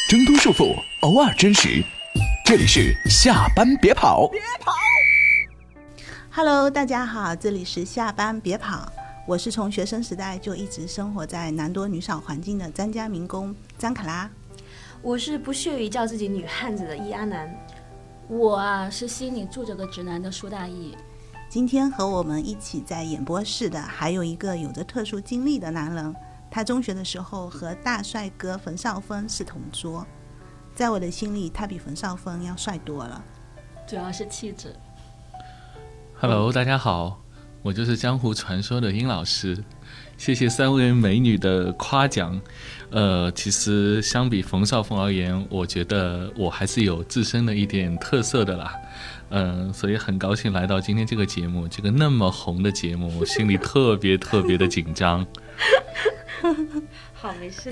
挣脱束缚，偶尔真实。这里是下班别跑。 Hello， 大家好，这里是下班别跑。我是从学生时代就一直生活在男多女少环境的詹家民工张卡拉。 我是不屑于叫自己女汉子的易阿南。 我是心里住着个直男的苏大义。 今天和我们一起在演播室的还有一个有着特殊经历的男人，他中学的时候和大帅哥冯绍峰是同桌，在我的心里他比冯绍峰要帅多了， 主要是气质。 Hello， 大家好，我就是江湖传说的殷老师，谢谢三位美女的夸奖。其实相比冯绍峰而言，我觉得我还是有自身的一点特色的啦。所以很高兴来到今天这个节目，这个那么红的节目，我心里特别的紧张。 好，没事。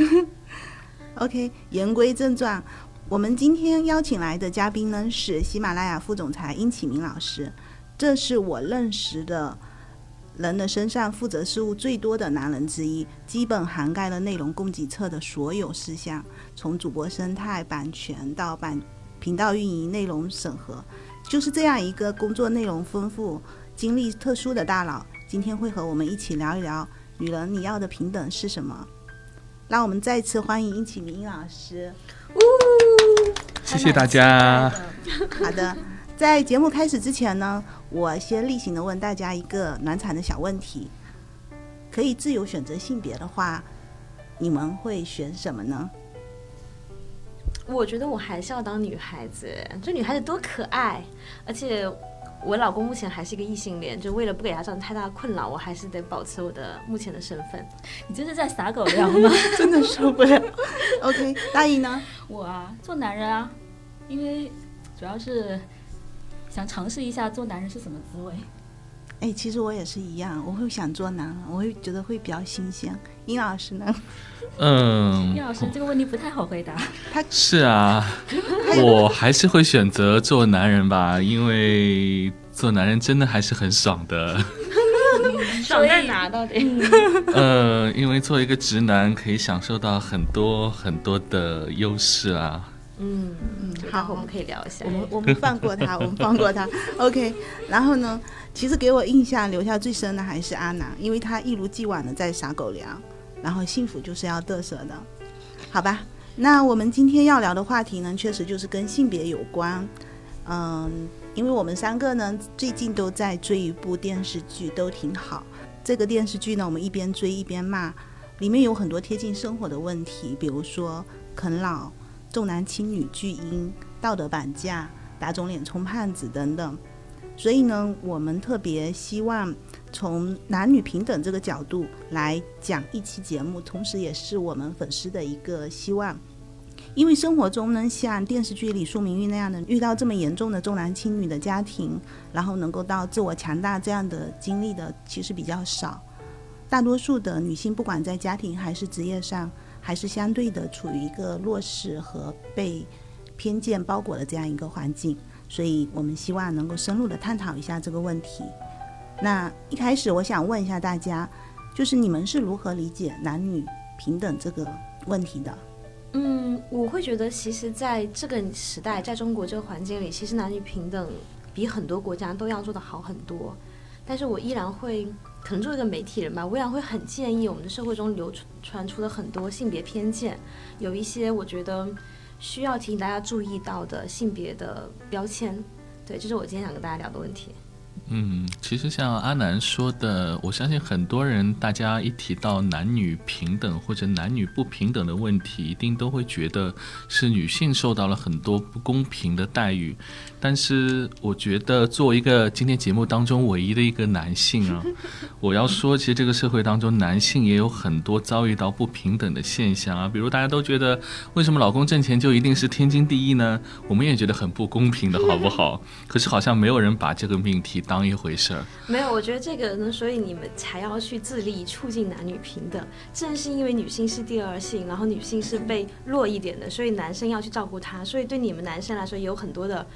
OK， 言归正传，我们今天邀请来的嘉宾呢是喜马拉雅副总裁殷启明老师，这是我认识的人的身上负责事务最多的男人之一，基本涵盖了内容供给侧的所有事项，从主播生态、版权到频道运营、内容审核，就是这样一个工作内容丰富、经历特殊的大佬，今天会和我们一起聊一聊女人你要的平等是什么。让我们再次欢迎殷启明殷老师。 谢谢大家。 好的，在节目开始之前呢，我先例行的问大家一个暖场的小问题，可以自由选择性别的话，你们会选什么呢？ 我觉得我还是要当女孩子，这女孩子多可爱，而且我老公目前还是一个异性恋，就为了不给他造成太大的困扰，我还是得保持我的目前的身份。 你这是在撒狗粮吗？ 真的受不了。OK， 大姨呢？ 我啊，做男人啊，因为主要是想尝试一下做男人是什么滋味。 其实我也是一样，我会想做男人，我会觉得会比较新鲜。殷老师呢？ 殷老师这个问题不太好回答。 是啊，我还是会选择做男人吧，因为做男人真的还是很爽的。 爽在哪到底？ 因为做一个直男可以享受到很多的优势啊。 好，我们可以聊一下。 我们放过他，我们放过他。OK， 然后呢，其实给我印象留下最深的还是阿南，因为他一如既往的在撒狗粮，然后幸福就是要嘚瑟的，好吧？那我们今天要聊的话题呢，确实就是跟性别有关。因为我们三个呢最近都在追一部电视剧，都挺好。这个电视剧呢，我们一边追一边骂，里面有很多贴近生活的问题，比如说啃老、重男轻女、巨婴、道德绑架、打肿脸充胖子等等。所以呢，我们特别希望从男女平等这个角度来讲一期节目，同时也是我们粉丝的一个希望。因为生活中呢，像电视剧里苏明玉那样的遇到这么严重的重男轻女的家庭，然后能够到自我强大这样的经历的其实比较少。大多数的女性不管在家庭还是职业上，还是相对的处于一个弱势和被偏见包裹的这样一个环境，所以我们希望能够深入的探讨一下这个问题。那一开始我想问一下大家，就是你们是如何理解男女平等这个问题的？ 我会觉得其实在这个时代，在中国这个环境里，其实男女平等比很多国家都要做得好很多。但是我依然会，可能作为一个媒体人吧，我依然会很建议我们的社会中流传出了很多性别偏见，有一些我觉得需要提醒大家注意到的性别的标签。对，这是我今天想跟大家聊的问题。 其实像阿南说的，我相信很多人大家一提到男女平等或者男女不平等的问题，一定都会觉得是女性受到了很多不公平的待遇。但是我觉得作为一个今天节目当中唯一的一个男性啊，我要说其实这个社会当中男性也有很多遭遇到不平等的现象啊，比如大家都觉得为什么老公挣钱就一定是天经地义呢？我们也觉得很不公平的好不好？可是好像没有人把这个命题当一回事儿。 没有，我觉得这个呢，所以你们才要去致力促进男女平等。正是因为女性是第二性，然后女性是被弱一点的，所以男生要去照顾她，所以对你们男生来说也有很多的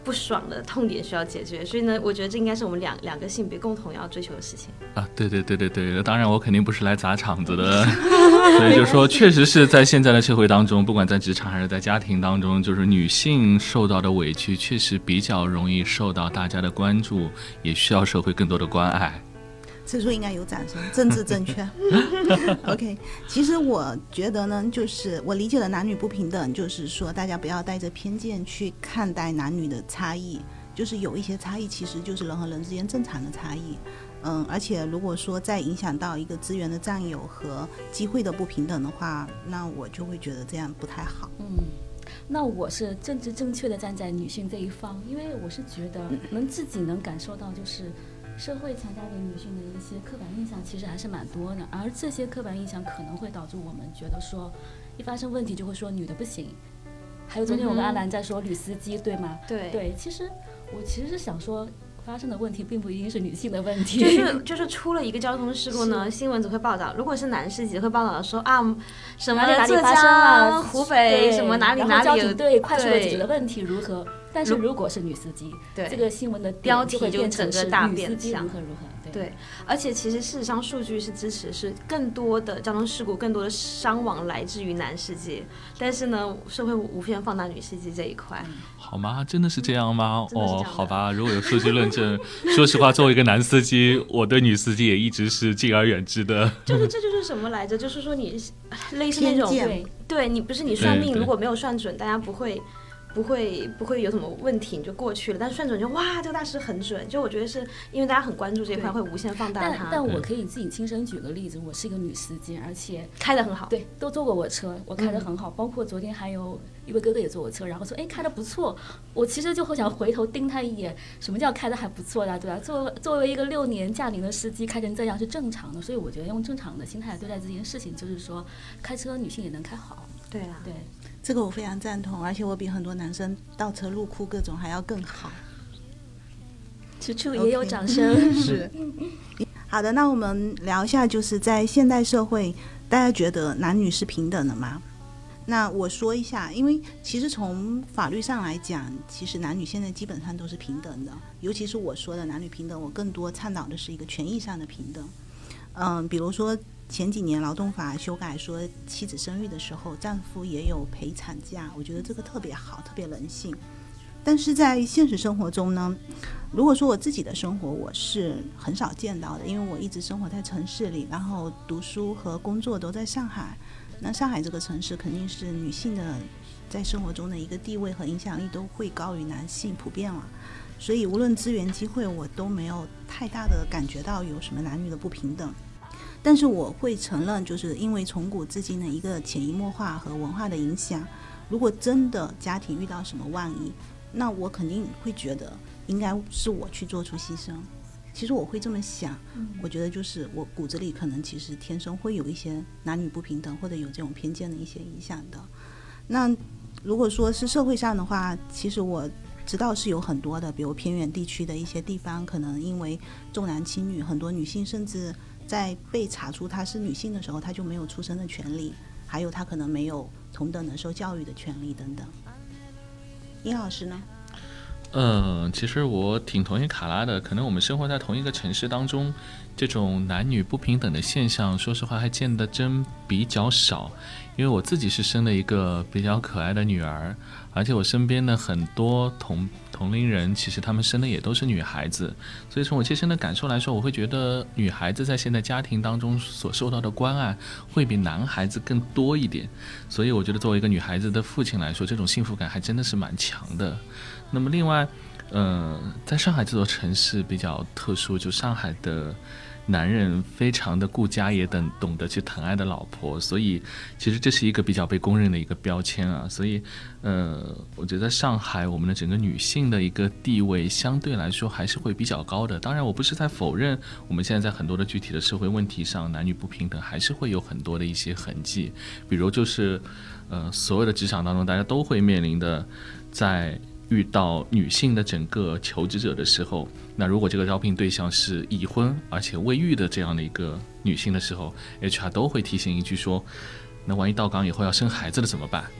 不爽的痛点需要解决，所以呢，我觉得这应该是我们两个性别共同要追求的事情啊。对，当然我肯定不是来砸场子的，所以就说确实是在现在的社会当中，不管在职场还是在家庭当中，就是女性受到的委屈确实比较容易受到大家的关注，也需要社会更多的关爱。 此处应该有掌声，政治正确。OK， 其实我觉得呢，就是我理解的男女不平等，就是说大家不要带着偏见去看待男女的差异，就是有一些差异其实就是人和人之间正常的差异。而且如果说再影响到一个资源的占有和机会的不平等的话，那我就会觉得这样不太好。 那我是政治正确的站在女性这一方，因为我是觉得自己能感受到，就是社会强加给女性的一些刻板印象其实还是蛮多的，而这些刻板印象可能会导致我们觉得说一发生问题就会说女的不行。还有昨天我跟阿兰在说女司机，对吗？对，其实我是想说发生的问题并不一定是女性的问题， 就是出了一个交通事故呢，新闻组会报道，如果是男司机会报道说啊什么浙江、湖北什么哪里交警队快速的解决的问题如何，但是如果是女司机，这个新闻的标题就整个大变向。 对，而且其实事实上数据是支持是更多的交通事故更多的伤亡来自于男司机，但是呢社会无限放大女司机这一块。 好吗？真的是这样吗？好吧，如果有数据论证说实话作为一个男司机，我对女司机也一直是敬而远之的。 这就是什么来着，就是说你类似那种对你不是你算命如果没有算准，大家不会有什么问题你就过去了，但是算准就哇这个大师很准，就我觉得是因为大家很关注这一块会无限放大它。 但我可以自己亲身举个例子，我是一个女司机，而且开得很好， 对，都坐过我车，我开得很好，包括昨天还有一位哥哥也坐我车，然后说开得不错，我其实就会想回头盯他一眼，什么叫开得还不错的，对吧？作为一个6年驾龄的司机开成这样是正常的，所以我觉得用正常的心态对待这件事情，就是说开车女性也能开好。 对啊， 对，这个我非常赞同，而且我比很多男生倒车入库各种还要更好。 此处也有掌声。 是。好的，那我们聊一下，就是在现代社会，大家觉得男女是平等的吗？那我说一下，因为其实从法律上来讲，其实男女现在基本上都是平等的，尤其是我说的男女平等，我更多倡导的是一个权益上的平等。比如说前几年劳动法修改说妻子生育的时候丈夫也有陪产假，我觉得这个特别好，特别人性。但是在现实生活中呢，如果说我自己的生活我是很少见到的，因为我一直生活在城市里，然后读书和工作都在上海。那上海这个城市肯定是女性的在生活中的一个地位和影响力都会高于男性普遍了，所以无论资源机会我都没有太大的感觉到有什么男女的不平等。但是我会承认，就是因为从古至今的一个潜移默化和文化的影响，如果真的家庭遇到什么万一，那我肯定会觉得应该是我去做出牺牲。其实我会这么想，我觉得就是我骨子里可能其实天生会有一些男女不平等或者有这种偏见的一些影响的。那如果说是社会上的话，其实我知道是有很多的，比如偏远地区的一些地方，可能因为重男轻女，很多女性甚至在被查出她是女性的时候，她就没有出生的权利，还有她可能没有同等的受教育的权利等等。殷老师呢？ 其实我挺同意卡拉的，可能我们生活在同一个城市当中，这种男女不平等的现象说实话还见得真比较少。因为我自己是生了一个比较可爱的女儿，而且我身边的很多同龄人其实他们生的也都是女孩子，所以从我切身的感受来说，我会觉得女孩子在现在家庭当中所受到的关爱会比男孩子更多一点，所以我觉得作为一个女孩子的父亲来说，这种幸福感还真的是蛮强的。那么另外在上海这座城市比较特殊，就上海的男人非常的顾家，也懂得去疼爱的老婆，所以其实这是一个比较被公认的一个标签啊。所以我觉得在上海我们的整个女性的一个地位相对来说还是会比较高的。当然我不是在否认我们现在在很多的具体的社会问题上男女不平等还是会有很多的一些痕迹，比如就是所有的职场当中大家都会面临的，在遇到女性的整个求职者的时候，那如果这个招聘对象是已婚而且未育的这样的一个女性的时候， HR 都会提醒一句说，那万一到岗以后要生孩子了怎么办？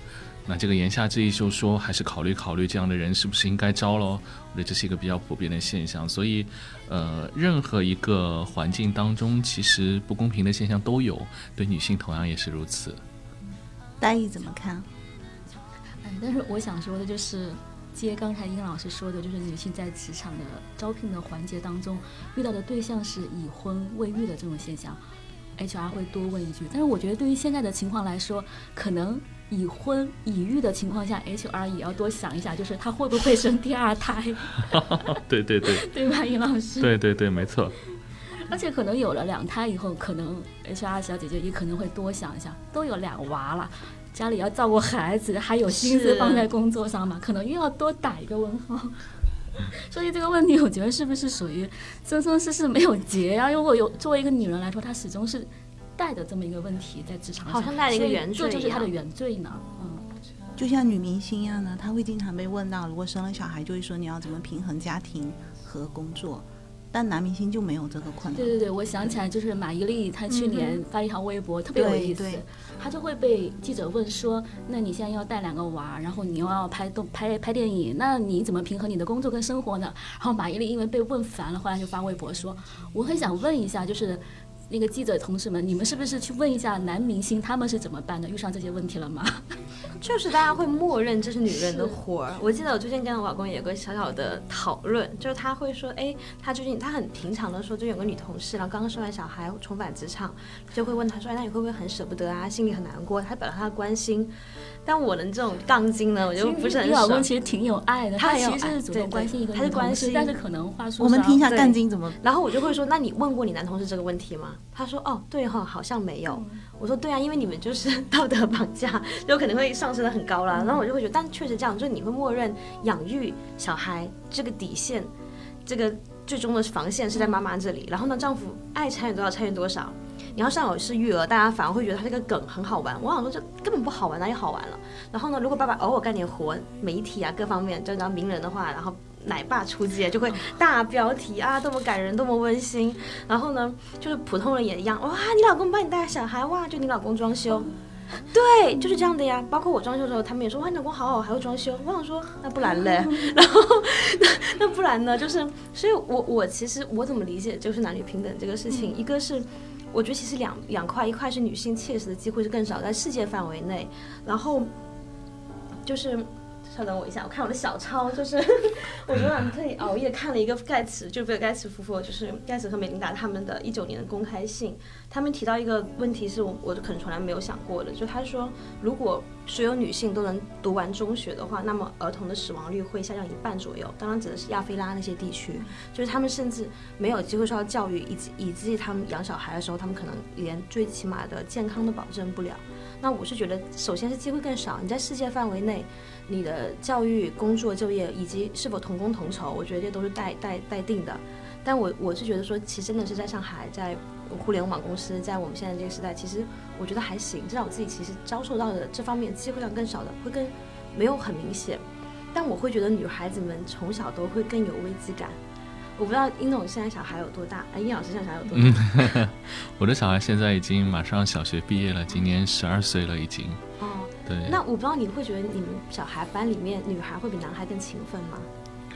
那这个言下之意就是说，还是考虑考虑这样的人是不是应该招咯。我觉得这是一个比较普遍的现象。所以任何一个环境当中，其实不公平的现象都有，对女性同样也是如此。 大意怎么看？ 但是我想说的就是接刚才殷老师说的，就是女性在职场的招聘的环节当中遇到的对象是已婚未育的这种现象， HR 会多问一句。但是我觉得对于现在的情况来说，可能已婚已育的情况下 HR 也要多想一下，就是他会不会生第二胎对对对对吧，殷老师？ 对对对，没错。 而且可能有了2胎以后，可能 HR 小姐姐也可能会多想一下，都有2娃了，家里要照顾孩子，还有心思放在工作上嘛，可能又要多打一个问号。所以这个问题我觉得是不是属于生生世世没有结啊？如果有作为一个女人来说，她始终是带着这么一个问题在职场上， 好像带了一个原罪一样， 这就是她的原罪呢。 就像女明星一样呢，她会经常被问到，如果生了小孩，就会说你要怎么平衡家庭和工作。但男明星就没有这个困难。 对对对，我想起来，就是马伊琍，她去年发一条微博，特别有意思。她就会被记者问说：“那你现在要带2个娃，然后你又要拍电影，那你怎么平衡你的工作跟生活呢？”然后马伊琍因为被问烦了，后来就发微博说：“我很想问一下，就是那个记者同事们，你们是不是去问一下男明星他们是怎么办的？遇上这些问题了吗？” 就是大家会默认这是女人的活儿。我记得我最近跟我老公有个小小的讨论，就是他会说，他最近他很平常的说，最近有个女同事，然后刚刚生完小孩重返职场，就会问他说，那你会不会很舍不得啊，心里很难过？他表达他的关心。但我的这种杠精呢，我就不是很爽。 你老公其实挺有爱的，他其实是主动关心一个女同事，但是可能话说， 我们听一下杠精怎么。 然后我就会说，那你问过你男同事这个问题吗？他说，哦，对哈，好像没有。我说对啊，因为你们就是道德绑架，就可能会上升的很高啦。然后我就会觉得，但确实这样，就是你会默认养育小孩这个底线，这个最终的防线是在妈妈这里。然后呢，丈夫爱参与多少参与多少。你要上有是育儿，大家反而会觉得他这个梗很好玩。我想说这根本不好玩，哪里好玩了？然后呢，如果爸爸偶尔干点活，媒体啊各方面，就当名人的话，然后奶爸出街就会大标题啊，多么感人，多么温馨。然后呢，就是普通人也一样，哇，你老公帮你带小孩，哇，就你老公装修。对，就是这样的呀。包括我装修的时候，他们也说哇，你老公好好，还会装修。我想说，那不然嘞？然后那不然呢？就是，所以我其实我怎么理解就是男女平等这个事情，一个是。我觉得其实两块，一块是女性切实的机会是更少，在世界范围内，然后就是稍等我一下，我看我的小抄，就是我昨晚特意熬夜看了一个盖茨，就比尔盖茨夫妇，就是盖茨和梅琳达他们的19年的公开信，他们提到一个问题是我可能从来没有想过的，就他说如果所有女性都能读完中学的话，那么儿童的死亡率会下降1半左右，当然指的是亚非拉那些地区，就是他们甚至没有机会受到教育，以及他们养小孩的时候，他们可能连最起码的健康都保证不了。那我是觉得首先是机会更少，你在世界范围内你的教育、工作、就业以及是否同工同酬，我觉得这都是待定的。但我是觉得说，其实真的是在上海，在互联网公司，在我们现在这个时代，其实我觉得还行，至少我自己其实遭受到的这方面机会量更少的，会更没有很明显。但我会觉得女孩子们从小都会更有危机感。我不知道殷总现在小孩有多大，殷老师现在小孩有多大？ 我的小孩现在已经马上小学毕业了，今年12岁了已经。 哦， 对。 那我不知道你会觉得你们小孩班里面女孩会比男孩更勤奋吗？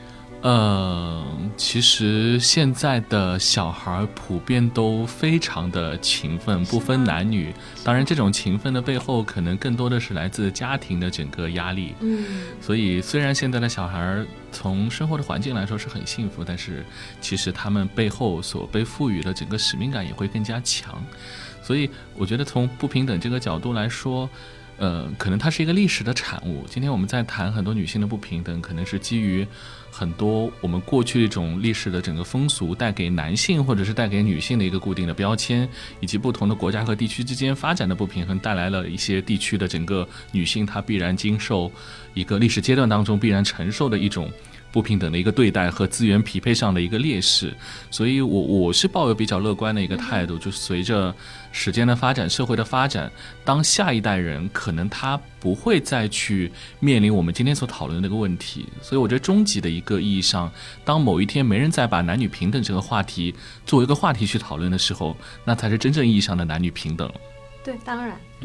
其实现在的小孩普遍都非常的勤奋，不分男女。当然，这种勤奋的背后，可能更多的是来自家庭的整个压力。所以虽然现在的小孩从生活的环境来说是很幸福，但是其实他们背后所被赋予的整个使命感也会更加强。所以我觉得从不平等这个角度来说，可能它是一个历史的产物。今天我们在谈很多女性的不平等，可能是基于很多我们过去一种历史的整个风俗带给男性或者是带给女性的一个固定的标签，以及不同的国家和地区之间发展的不平衡，带来了一些地区的整个女性她必然经受一个历史阶段当中必然承受的一种不平等的一个对待和资源匹配上的一个劣势。所以我是抱有比较乐观的一个态度，就随着时间的发展，社会的发展，当下一代人可能他不会再去面临我们今天所讨论的这个问题。所以我觉得终极的一个意义上，当某一天没人再把男女平等这个话题作为一个话题去讨论的时候，那才是真正意义上的男女平等。 对，当然对。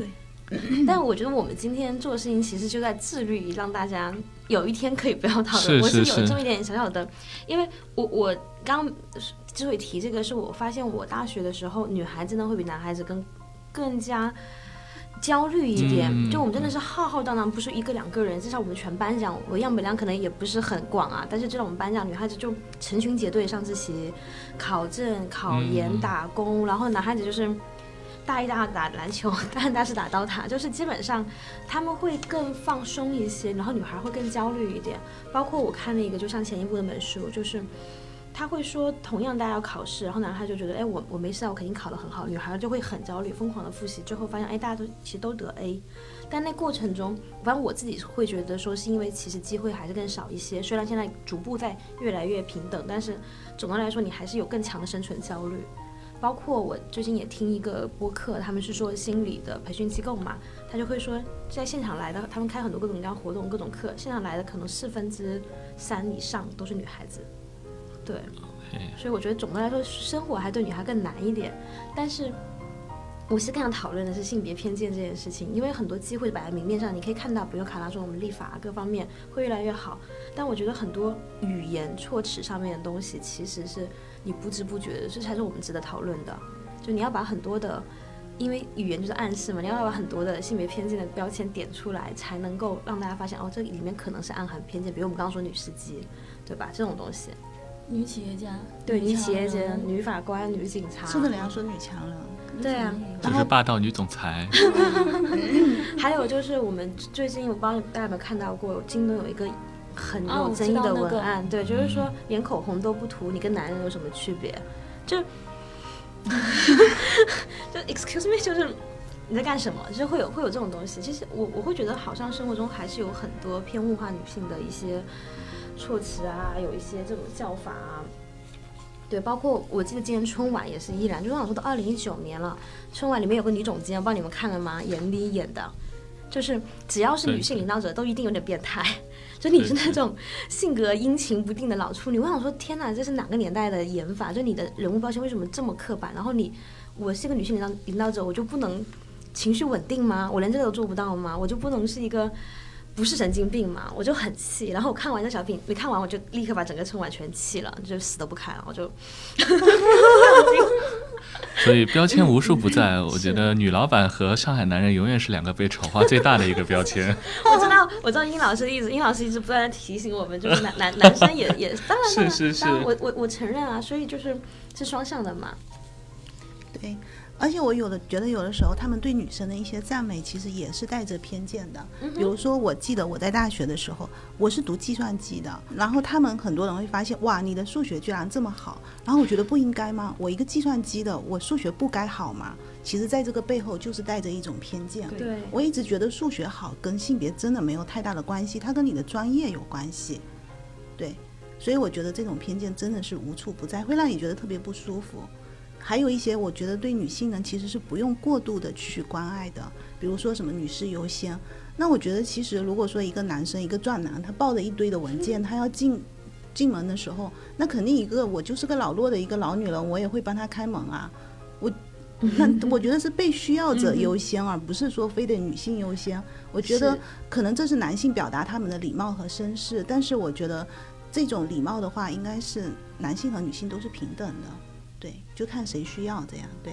但我觉得我们今天做的事情其实就在致力于让大家有一天可以不要讨论。我是有这么一点小小的，因为我刚之所以提这个，是我发现我大学的时候，女孩子呢会比男孩子更加焦虑一点，就我们真的是浩浩荡荡，不是一个两个人，至少我们全班讲，我样本量可能也不是很广啊，但是至少我们班讲，女孩子就成群结队上自习、考证、考研、打工，然后男孩子就是大一大打篮球，大二大四打刀塔，就是基本上他们会更放松一些，然后女孩会更焦虑一点。包括我看了一个就像前一部那本书，就是他会说同样大家要考试，然后男孩就觉得我没事啊，我肯定考得很好，女孩就会很焦虑，疯狂的复习，最后发现大家其实都得 A， 但那过程中反正我自己会觉得说是因为其实机会还是更少一些，虽然现在逐步在越来越平等，但是总的来说你还是有更强的生存焦虑。包括我最近也听一个播客，他们是说心理的培训机构嘛，他就会说在现场来的，他们开很多各种各样活动各种课，现场来的可能3%以上都是女孩子。对，所以我觉得总的来说生活还对女孩更难一点，但是我是更想讨论的是性别偏见这件事情，因为很多机会摆在明面上，你可以看到比如卡拉说我们立法各方面会越来越好，但我觉得很多语言措辞上面的东西其实是你不知不觉的，这才是我们值得讨论的。就你要把很多的，因为语言就是暗示嘛，你要把很多的性别偏见的标签点出来，才能够让大家发现这里面可能是暗含偏见，比如我们刚刚说女司机，对吧？这种东西， 女企业家， 对，女企业家、女法官、女警察， 是的，人家说女强人， 对啊， 就是霸道女总裁。 还有就是我们最近我不知道大家有没有看到过，京东有一就很有争议的文案，对，就是说连口红都不涂，你跟男人有什么区别？就excuse me， 就是你在干什么？就是会有这种东西。其实我会觉得，好像生活中还是有很多偏物化女性的一些措辞啊，有一些这种叫法啊。对，包括我记得今年春晚也是依然，就像我说的，2019年了，春晚里面有个女总监，不知道你们看了吗？闫妮演的，就是只要是女性领导者都一定有点变态，就你是那种性格阴晴不定的老处女。我想说，天哪，这是哪个年代的演法？就你的人物标签为什么这么刻板？然后我是个女性领导者，我就不能情绪稳定吗？我连这个都做不到吗？我就不能是一个不是神经病嘛？我就很气。然后我看完这小品，没看完我就立刻把整个春晚全气了，就死都不看了，我就。 所以标签无处不在，我觉得女老板和上海男人永远是两个被丑化最大的一个标签。 我知道殷老师一直不断的提醒我们，就是男生也当然是我承认啊，所以是双向的嘛。 对，而且我觉得有的时候他们对女生的一些赞美其实也是带着偏见的。比如说我记得我在大学的时候，我是读计算机的，然后他们很多人会发现，哇，你的数学居然这么好，然后我觉得不应该吗？我一个计算机的，我数学不该好吗？其实在这个背后就是带着一种偏见。 对， 我一直觉得数学好跟性别真的没有太大的关系，它跟你的专业有关系。对，所以我觉得这种偏见真的是无处不在，会让你觉得特别不舒服。还有一些我觉得对女性人其实是不用过度的去关爱的，比如说什么女士优先。那我觉得其实如果说一个男生，一个壮男，他抱着一堆的文件，他要进门的时候，那肯定我就是个老弱的一个老女人，我也会帮他开门啊。那我觉得是被需要者优先，而不是说非得女性优先。我觉得可能这是男性表达他们的礼貌和绅士，但是我觉得这种礼貌的话，应该是男性和女性都是平等的。对，就看谁需要这样。对，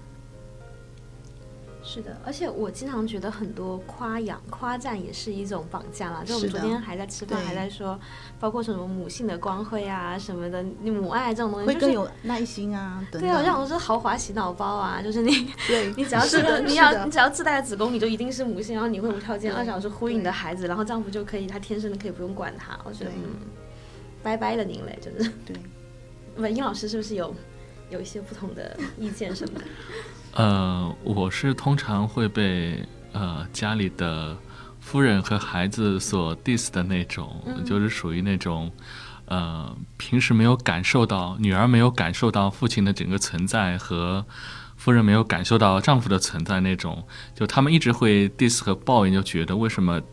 是的，而且我经常觉得很多夸奖、夸赞也是一种绑架啦。就我们昨天还在吃饭，还在说，包括什么母性的光辉啊什么的，母爱这种东西， 会更有耐心啊。等等。 对啊，像我说豪华洗脑包啊，就是你只要是你只要自带的子宫，你就一定是母性，然后你会无条件2小时呼应你的孩子，然后丈夫就可以，他天生的可以不用管他。我觉得拜拜了您嘞，真的。 对。 殷老师是不是有一些不同的意见什么的？ 我是通常会被家里的夫人和孩子所 diss 的那种，就是属于那种平时没有感受到，女儿没有感受到父亲的整个存在，和夫人没有感受到丈夫的存在那种，就他们一直会 diss 和抱怨，就觉得为什么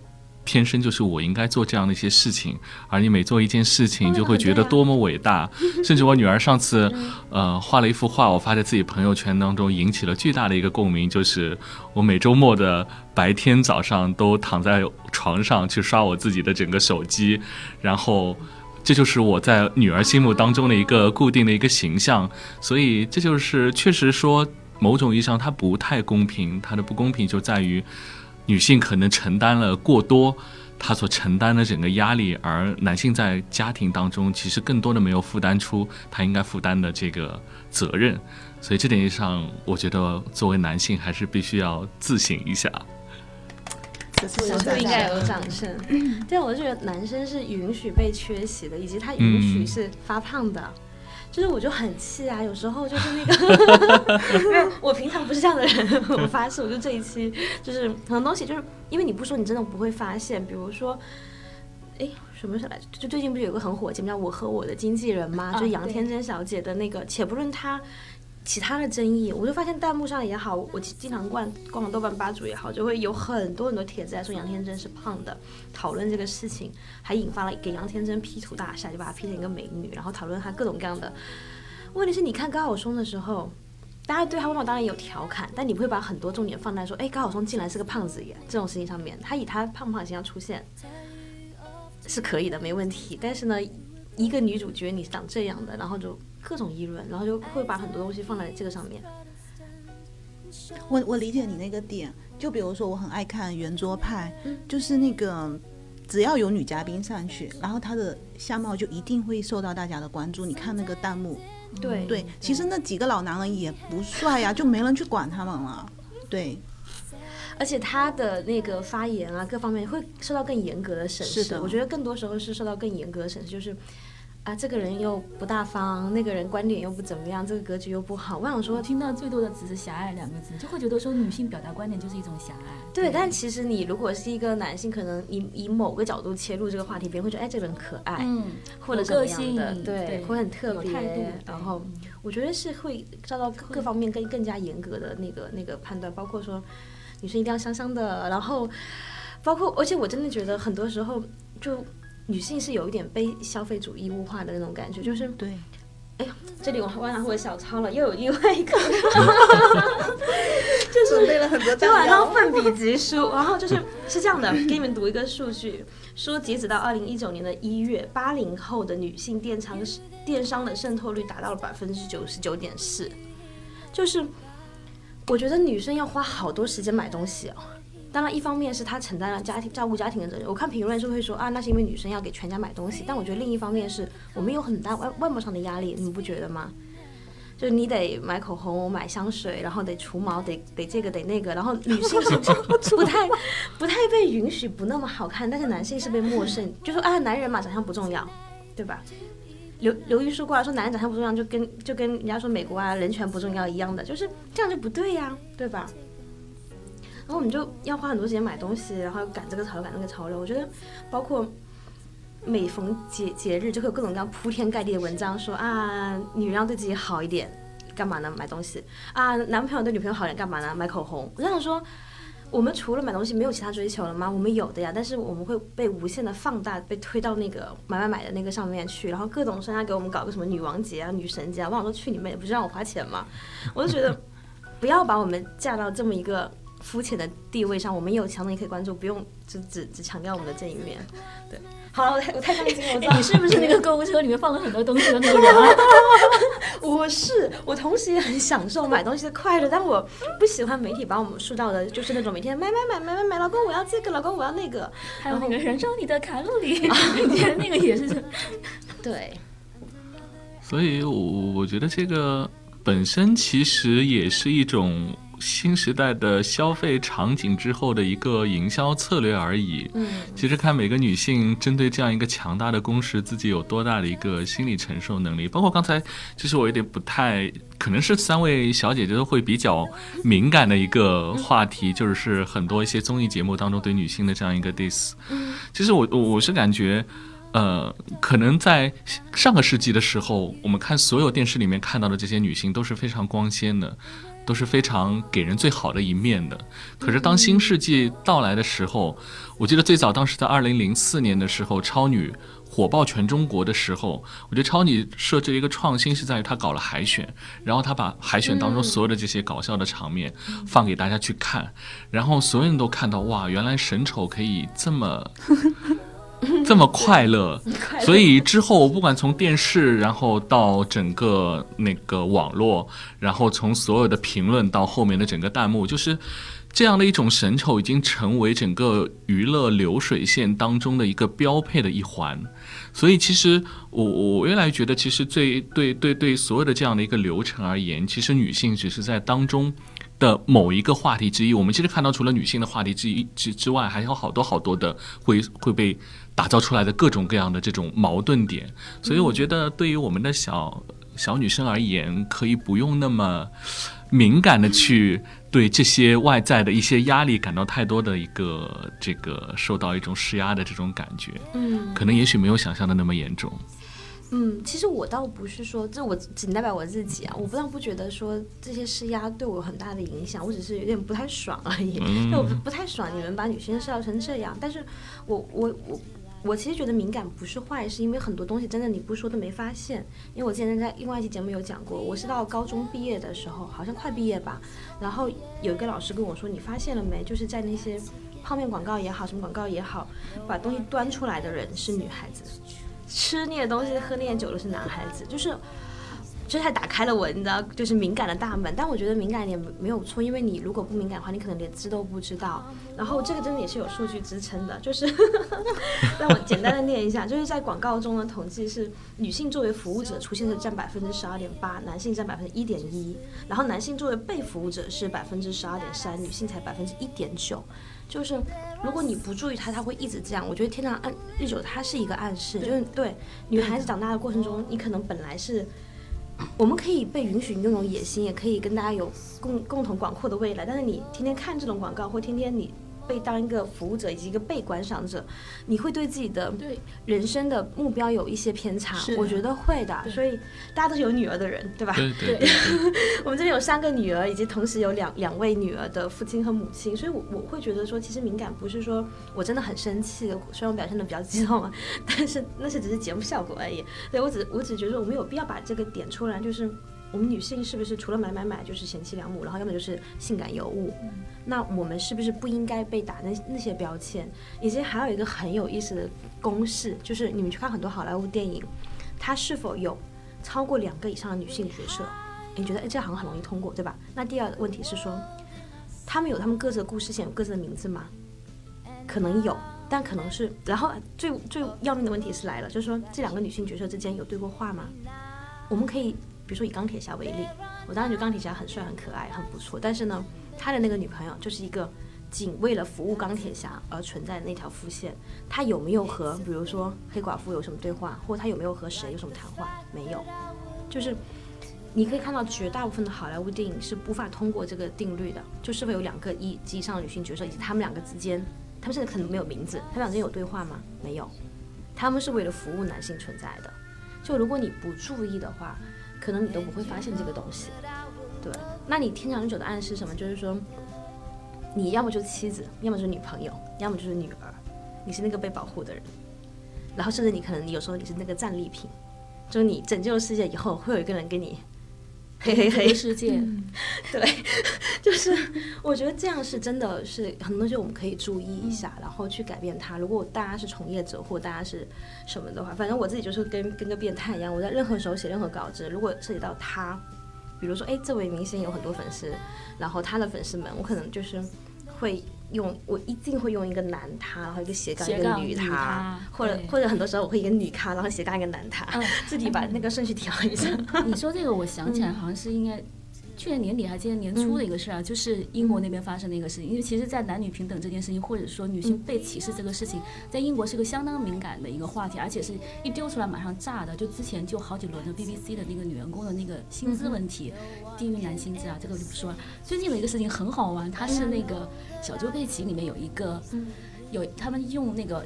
偏生就是我应该做这样的一些事情，而你每做一件事情就会觉得多么伟大。甚至我女儿上次画了一幅画，我发在自己朋友圈当中，引起了巨大的一个共鸣，就是我每周末的白天早上都躺在床上去刷我自己的整个手机，然后这就是我在女儿心目当中的一个固定的一个形象。所以这就是确实说某种意义上它不太公平，它的不公平就在于女性可能承担了过多她所承担的整个压力，而男性在家庭当中其实更多的没有负担出他应该负担的这个责任。所以这点上我觉得作为男性还是必须要自省一下。 小兔应该有掌声。对，我就觉得男生是允许被缺席的，以及他允许是发胖的。就是我就很气啊，有时候就是那个没有，我平常不是这样的人，我发誓，我就这一期就是很多东西，就是因为你不说，你真的不会发现。比如说，哎，什么时候来？就最近不是有个很火节目叫《我和我的经纪人》吗？就是杨天真小姐的那个，且不论她其他的争议，我就发现弹幕上也好，我经常逛豆瓣吧主也好，就会有很多帖子在说杨天真是胖的，讨论这个事情，还引发了给杨天真 P 图大赛，就把她 P 成一个美女，然后讨论她各种各样的。问题是你看高晓松的时候，大家对他外貌当然有调侃，但你不会把很多重点放在说，哎，高晓松竟然是个胖子耶这种事情上面。他以他胖胖的形象出现是可以的，没问题。但是呢，一个女主角你是长这样的，然后就各种议论，然后就会把很多东西放在这个上面。 我理解你那个点，就比如说我很爱看圆桌派，就是那个只要有女嘉宾上去，然后她的相貌就一定会受到大家的关注。你看那个弹幕，对，其实那几个老男人也不帅呀，就没人去管他们了。对， 而且他的那个发言啊，各方面会受到更严格的审视。 是的， 我觉得更多时候是受到更严格的审视，就是啊，这个人又不大方，那个人观点又不怎么样，这个格局又不好。我想说， 听到最多的只是狭隘两个字，就会觉得说女性表达观点就是一种狭隘。 对，但其实你如果是一个男性，可能以某个角度切入这个话题，别人会觉得，哎，这个人可爱，或者怎么样的，对，会很特别，然后我觉得是会遭到各方面更加严格的那个判断，包括说女生一定要香香的，然后包括，而且我真的觉得很多时候就。女性是有一点被消费主义物化的那种感觉，就是对， 哎呀，这里我忘了我小抄了，又有另外一个，就是准备了很多今晚上奋笔疾书，然后是这样的，给你们读一个数据，说截止到2019年的1月，80后的女性电商的渗透率达到了99.4%，就是我觉得女生要花好多时间买东西哦。当然，一方面是她承担了照顾家庭的责任。我看评论是会说啊，那是因为女生要给全家买东西。但我觉得另一方面是我们有很大外貌上的压力，你们不觉得吗？就你得买口红、买香水，然后得除毛，得这个得那个。然后女性是不太被允许不那么好看，但是男性是被默认，就说啊，男人嘛，长相不重要，对吧？刘玉书过来说男人长相不重要，就跟人家说美国啊人权不重要一样的，就是这样就不对呀，对吧？然后我们就要花很多时间买东西，然后赶这个潮流赶那个潮流。我觉得包括每逢节日就会有各种各样铺天盖地的文章说啊，女人要对自己好一点，干嘛呢？买东西啊，男朋友对女朋友好一点干嘛呢？买口红。我想说，我们除了买东西没有其他追求了吗？我们有的呀，但是我们会被无限的放大，被推到那个买的那个上面去，然后各种商家给我们搞个什么女王节啊、女神节啊，我想说去你妹，不是让我花钱吗？我就觉得不要把我们架到这么一个肤浅的地位上，我们有强的也可以关注，不用只强调我们的这一面。对，好了，我太伤心了。 你是不是那个购物车里面放了很多东西的那个人啊？ 我同时也很享受买东西的快乐，但我不喜欢媒体把我们塑造的就是那种每天买，老公我要这个，老公我要那个， 还有那个燃烧你的卡路里，那个也是。 对。 所以我觉得这个本身其实也是一种新时代的消费场景之后的一个营销策略而已。其实看每个女性针对这样一个强大的攻势，自己有多大的一个心理承受能力。包括刚才就是我有点不太，可能是三位小姐姐都会比较敏感的一个话题，就是很多一些综艺节目当中对女性的这样一个 diss。其实我是感觉可能在上个世纪的时候，我们看所有电视里面看到的这些女性都是非常光鲜的， 都是非常给人最好的一面的。可是当新世纪到来的时候，我记得最早当时在2004年的时候，超女火爆全中国的时候，我觉得超女设置一个创新是在于她搞了海选，然后她把海选当中所有的这些搞笑的场面放给大家去看，然后所有人都看到哇，原来审丑可以这么快乐。所以之后不管从电视然后到整个那个网络，然后从所有的评论到后面的整个弹幕，就是这样的一种审丑已经成为整个娱乐流水线当中的一个标配的一环。所以其实我越来越觉得，其实对所有的这样的一个流程而言，其实女性只是在当中的某一个话题之一。我们其实看到除了女性的话题之外，还有好多的会被打造出来的各种各样的这种矛盾点。所以我觉得对于我们的小女生而言，可以不用那么敏感的去对这些外在的一些压力感到太多的一个这个受到一种施压的这种感觉。可能也许没有想象的那么严重。 其实我倒不是说，这我仅代表我自己啊，我不觉得说这些施压对我有很大的影响，我只是有点不太爽而已。我不太爽你们把女生设成这样，但是我其实觉得敏感不是坏事，因为很多东西真的你不说都没发现。因为我之前在另外一期节目有讲过，我是到高中毕业的时候，好像快毕业吧，然后有一个老师跟我说，你发现了没，就是在那些泡面广告也好，什么广告也好，把东西端出来的人是女孩子，吃那些东西喝那些酒的是男孩子，就是还打开了我，你知道，就是敏感的大门。但我觉得敏感一点没有错，因为你如果不敏感的话，你可能连知都不知道。然后这个真的也是有数据支撑的，就是让我简单的念一下，就是在广告中的统计是，女性作为服务者出现的占12.8%，男性占1.1%，然后男性作为被服务者是12.3%，女性才1.9%。就是如果你不注意它会一直这样。我觉得天长日久它是一个暗示，就是对女孩子长大的过程中，你可能本来是我们可以被允许拥有野心，也可以跟大家有共同广阔的未来，但是你天天看这种广告，或天天你被当一个服务者以及一个被观赏者，你会对自己的人生的目标有一些偏差。我觉得会的。所以大家都是有女儿的人，对吧？对我们这边有3个女儿，以及同时有两位女儿的父亲和母亲，所以我会觉得说，其实敏感不是说我真的很生气，虽然我表现的比较激动啊，但是那是只是节目效果而已。对，我只觉得我们有必要把这个点出来，就是我们女性是不是除了买就是贤妻良母，然后要么就是性感尤物，那我们是不是不应该被打那些标签？以及还有一个很有意思的公式，就是你们去看很多好莱坞电影，它是否有超过2个以上的女性角色，你觉得这好像很容易通过，对吧？那第二个问题是说，他们有他们各自的故事线，有各自的名字吗？可能有，但可能是，然后最要命的问题是来了，就是说这2个女性角色之间有对过话吗？我们可以比如说以钢铁侠为例，我当然觉得钢铁侠很帅很可爱很不错，但是呢他的那个女朋友就是一个仅为了服务钢铁侠而存在的那条副线，他有没有和比如说黑寡妇有什么对话，或者他有没有和谁有什么谈话？没有。就是你可以看到绝大部分的好莱坞电影是无法通过这个定律的，就是会有2个及以上的女性角色，以及他们2个之间，他们甚至可能没有名字，他们2之间有对话吗？没有。他们是为了服务男性存在的，就如果你不注意的话，可能你都不会发现这个东西。对，那你天长日久的暗示是什么？就是说你要么就是妻子，要么就是女朋友，要么就是女儿，你是那个被保护的人，然后甚至你可能你有时候你是那个战利品，就是你拯救世界以后会有一个人给你嘿嘿嘿世界对，就是我觉得这样是真的是很多东西我们可以注意一下，然后去改变它。如果大家是从业者或大家是什么的话，反正我自己就是跟个变态一样，我在任何时候写任何稿子，如果涉及到他，比如说这位明星有很多粉丝，然后他的粉丝们，我可能就是会我一定会用一个男他，然后一个斜杠一个女他，或者很多时候我会一个女咖，然后斜杠一个男他，自己把那个顺序调一下。 你说这个我想起来好像是应该去年年底还今年年初的一个事啊，就是英国那边发生的一个事情。因为其实在男女平等这件事情，或者说女性被歧视这个事情，在英国是个相当敏感的一个话题，而且是一丢出来马上炸的。就之前就好几轮的 BBC 的那个女员工的那个薪资问题，低于男薪资啊，这个我就不说了。最近的一个事情很好玩，它是那个小猪佩奇里面有一个他们用那个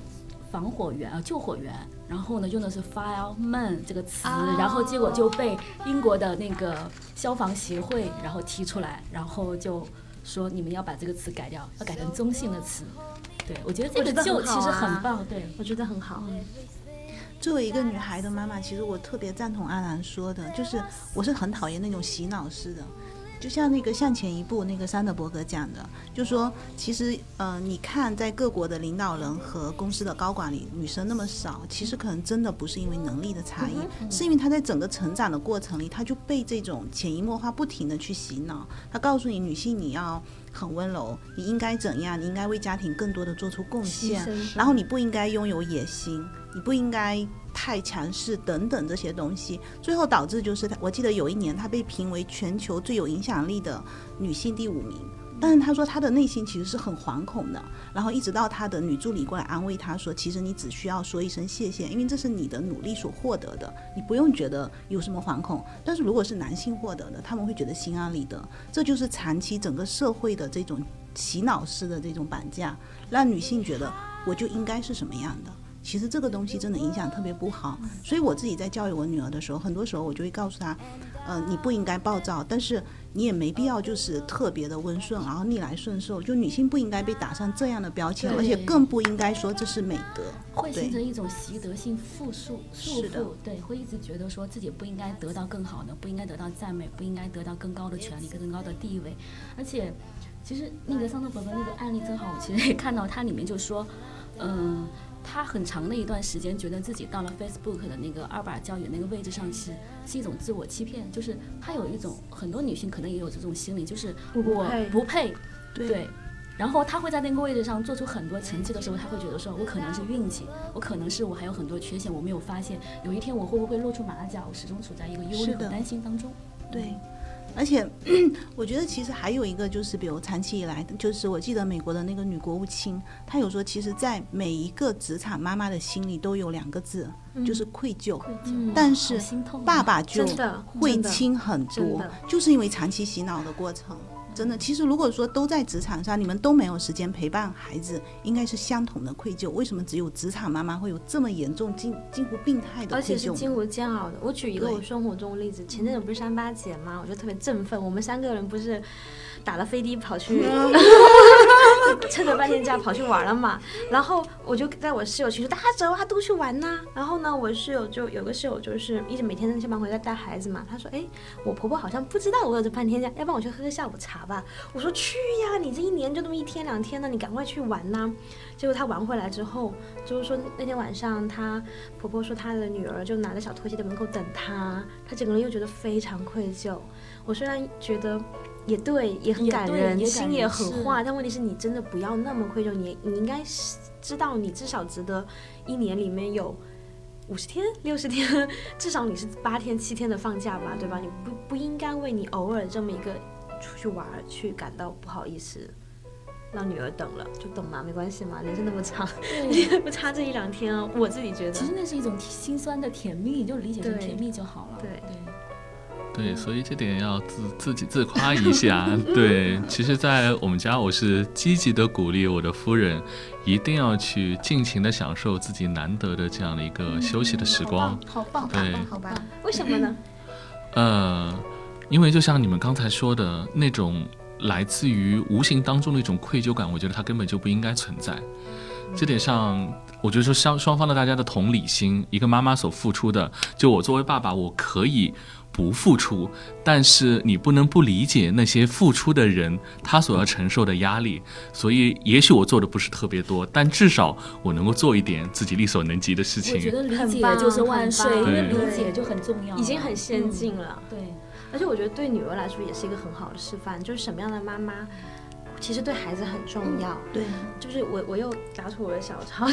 防火员救火员，然后呢用的是 fireman 这个词，然后结果就被英国的那个消防协会然后提出来，然后就说你们要把这个词改掉，要改成中性的词。对，我觉得这个就其实很棒，对， 我觉得很好。 作为一个女孩的妈妈，其实我特别赞同阿兰说的，就是我是很讨厌那种洗脑式的。就像那个向前一步那个桑德伯格讲的，就说其实你看在各国的领导人和公司的高管里女生那么少，其实可能真的不是因为能力的差异，是因为她在整个成长的过程里，她就被这种潜移默化不停的去洗脑。她告诉你女性你要很温柔，你应该怎样，你应该为家庭更多的做出贡献，然后你不应该拥有野心，你不应该太强势等等这些东西，最后导致就是我记得有一年她被评为全球最有影响力的女性第5名，但是她说她的内心其实是很惶恐的，然后一直到她的女助理过来安慰她说，其实你只需要说一声谢谢，因为这是你的努力所获得的，你不用觉得有什么惶恐。但是如果是男性获得的，他们会觉得心安理得，这就是长期整个社会的这种洗脑式的这种绑架，让女性觉得我就应该是什么样的。其实这个东西真的影响特别不好，所以我自己在教育我女儿的时候，很多时候我就会告诉她，你不应该暴躁，但是你也没必要就是特别的温顺，然后逆来顺受。就女性不应该被打上这样的标签，而且更不应该说这是美德， 会形成一种习得性束缚，对，会一直觉得说自己不应该得到更好的，不应该得到赞美，不应该得到更高的权利、更高的地位。而且，其实那个桑德伯格那个案例正好，我其实也看到它里面就说，他很长的一段时间觉得自己到了 Facebook 的那个2把交椅那个位置上是一种自我欺骗，就是他有一种很多女性可能也有这种心理，就是我不配，对。然后他会在那个位置上做出很多成绩的时候，他会觉得说我可能是运气，我可能是我还有很多缺陷我没有发现，有一天我会不会露出马脚，我始终处在一个忧虑和担心当中。 对，而且我觉得其实还有一个就是比如长期以来就是我记得美国的那个女国务卿，她有说其实在每一个职场妈妈的心里都有2个字，就是愧疚，但是爸爸就会轻很多，就是因为长期洗脑的过程。真的，其实如果说都在职场上，你们都没有时间陪伴孩子，应该是相同的愧疚。为什么只有职场妈妈会有这么严重近乎病态的愧疚， 而且是近乎煎熬的？我举一个我生活中的例子，前阵子不是3·8节吗？我就特别振奋，我们3个人不是打了飞的跑去趁着半天假跑去玩了嘛，然后我就在我室友群说大家走啊，都去玩呐。然后呢，我室友就有个室友就是一直每天下班回来带孩子嘛，他说我婆婆好像不知道我有这半天假，要不然我去喝个下午茶吧。我说去呀，你这1年就那么1天2天的，你赶快去玩呐。结果她玩回来之后，就是说那天晚上她婆婆说她的女儿就拿着小拖鞋在门口等她整个人又觉得非常愧疚。我虽然觉得也对，也很感人，心也很化，但问题是你真的不要那么愧疚，你应该知道你至少值得1年里面有50天60天，至少你是8天7天的放假吧，对吧？你不应该为你偶尔这么一个出去玩去感到不好意思，让女儿等了就等嘛，没关系嘛，人生那么长，不差这1、2天啊。我自己觉得其实那是一种心酸的甜蜜，就理解成甜蜜就好了。 对，所以这点要自己自夸一下。对，其实在我们家我是积极的鼓励我的夫人一定要去尽情的享受自己难得的这样的一个休息的时光。 好棒， 对， 好吧？ 为什么呢？ 因为就像你们刚才说的那种来自于无形当中的一种愧疚感，我觉得它根本就不应该存在。这点上我觉得说双方的大家的同理心，一个妈妈所付出的，就我作为爸爸我可以不付出，但是你不能不理解那些付出的人他所要承受的压力。所以也许我做的不是特别多，但至少我能够做一点自己力所能及的事情。 我觉得理解就是万岁，因为理解就很重要， 已经很先进了。 对， 而且我觉得对女儿来说也是一个很好的示范，就是什么样的妈妈其实对孩子很重要。 对， 就是我又打出我的小抄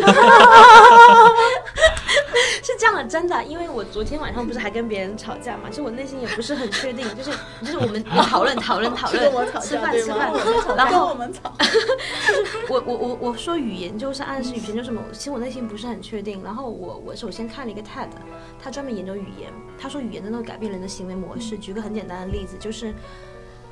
是这样的，真的，因为我昨天晚上不是还跟别人吵架嘛，就我内心也不是很确定，就是我们讨论吃饭，然后我们吵， 就是我说语言就是暗示语言就是什么，其实我内心不是很确定。然后我首先看了一个 TED， 他专门研究语言，他说语言真的会改变人的行为模式。举个很简单的例子，就是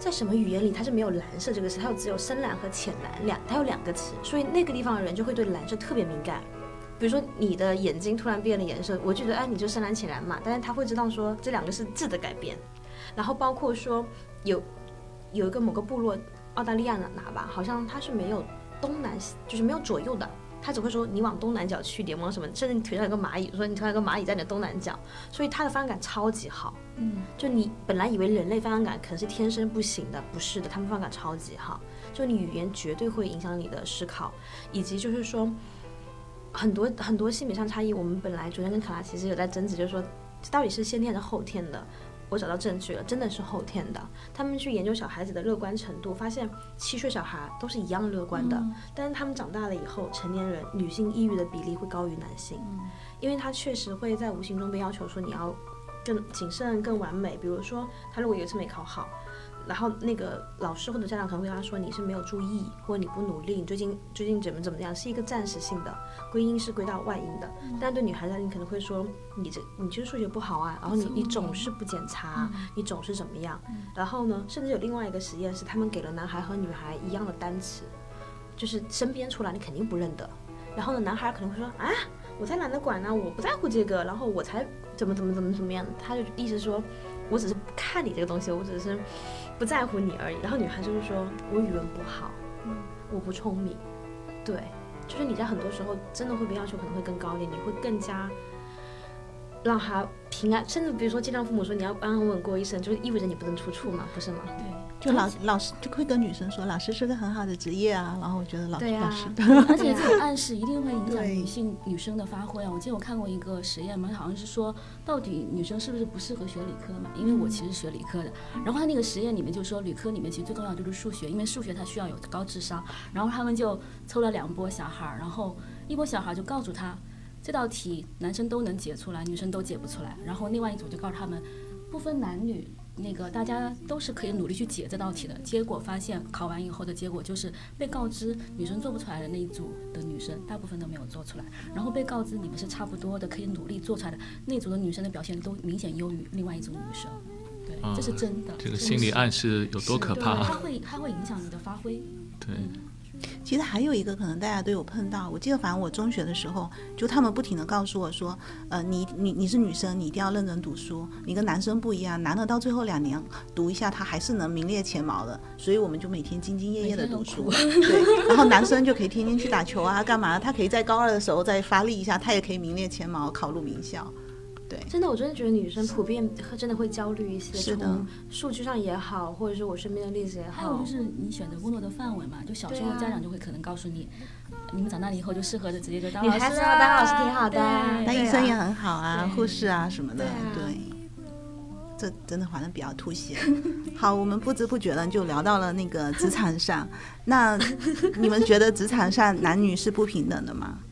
在什么语言里它是没有蓝色这个词，它只有深蓝和浅蓝它有2个词，所以那个地方的人就会对蓝色特别敏感。比如说你的眼睛突然变了颜色，我觉得哎你就深蓝浅蓝嘛，但是他会知道说这2个是字的改变。然后包括说有一个某个部落，澳大利亚哪吧，好像它是没有东南，就是没有左右的，他只会说你往东南角去点，往什么，甚至你腿上有个蚂蚁，说你腿上有个蚂蚁在你的东南角，所以他的方向感超级好。就你本来以为人类方向感可能是天生不行的，不是的，他们方向感超级好。就你语言绝对会影响你的思考，以及就是说很多性别上差异，我们本来昨天跟卡拉其实有在争执，就是说到底是先天还是后天的。我找到证据了，真的是后天的。他们去研究小孩子的乐观程度，发现7岁小孩都是一样乐观的，但是他们长大了以后，成年人女性抑郁的比例会高于男性，因为他确实会在无形中被要求说你要更谨慎、更完美。比如说，他如果有一次没考好，然后那个老师或者家长可能会跟他说你是没有注意，或者你不努力，你最近怎么样，是一个暂时性的，归因是归到外因的。但对女孩子你可能会说你就是数学不好啊，然后你总是不检查，你总是怎么样。然后呢，甚至有另外一个实验是他们给了男孩和女孩一样的单词，就是身边出来你肯定不认得。然后呢，男孩可能会说啊，我才懒得管呢，我不在乎这个，然后我才怎么样。他就意思说我只是不看你这个东西，我只是不在乎你而已。然后女孩就是说我语文不好，我不聪明。对，就是你在很多时候真的会被要求可能会更高一点，你会更加让他平安，甚至比如说尽量父母说你要安安稳稳过一生，就意味着你不能出错嘛，不是吗？ 对， 就老师就会跟女生说，老师是个很好的职业啊，然后我觉得老师而且这种暗示一定会影响女生的发挥啊。我记得我看过一个实验嘛，好像是说到底女生是不适合学理科嘛？因为我其实学理科的，然后他那个实验里面就说理科里面其实最重要就是数学，因为数学它需要有高智商。然后他们就抽了2波小孩，然后一波小孩就告诉他这道题男生都能解出来，女生都解不出来。然后另外一组就告诉他们不分男女，那个大家都是可以努力去解这道题的。结果发现考完以后的结果就是被告知女生做不出来的那一组的女生大部分都没有做出来，然后被告知你们是差不多的可以努力做出来的那组的女生的表现都明显优于另外一组女生。对，这是真的。 这个心理暗示有多可怕？ 它会影响你的发挥。 对。 其实还有一个可能大家都有碰到，我记得反正我中学的时候，就他们不停的告诉我说，你是女生，你一定要认真读书，你跟男生不一样，男的到最后2年读一下他还是能名列前茅的，所以我们就每天兢兢业业的读书，对，然后男生就可以天天去打球啊干嘛，他可以在高2的时候再发力一下，他也可以名列前茅考入名校。对， 真的，我真的觉得女生普遍真的会焦虑一些， 是的， 从数据上也好，或者是我身边的例子也好。 还有就是你选择工作的范围嘛，就小时候家长就会可能告诉你，你们长大了以后就适合的职业就当老师， 女孩子要当老师挺好的， 当医生也很好啊，护士啊什么的，对。这真的反正比较凸显。好，我们不知不觉的就聊到了那个职场上，那你们觉得职场上男女是不平等的吗？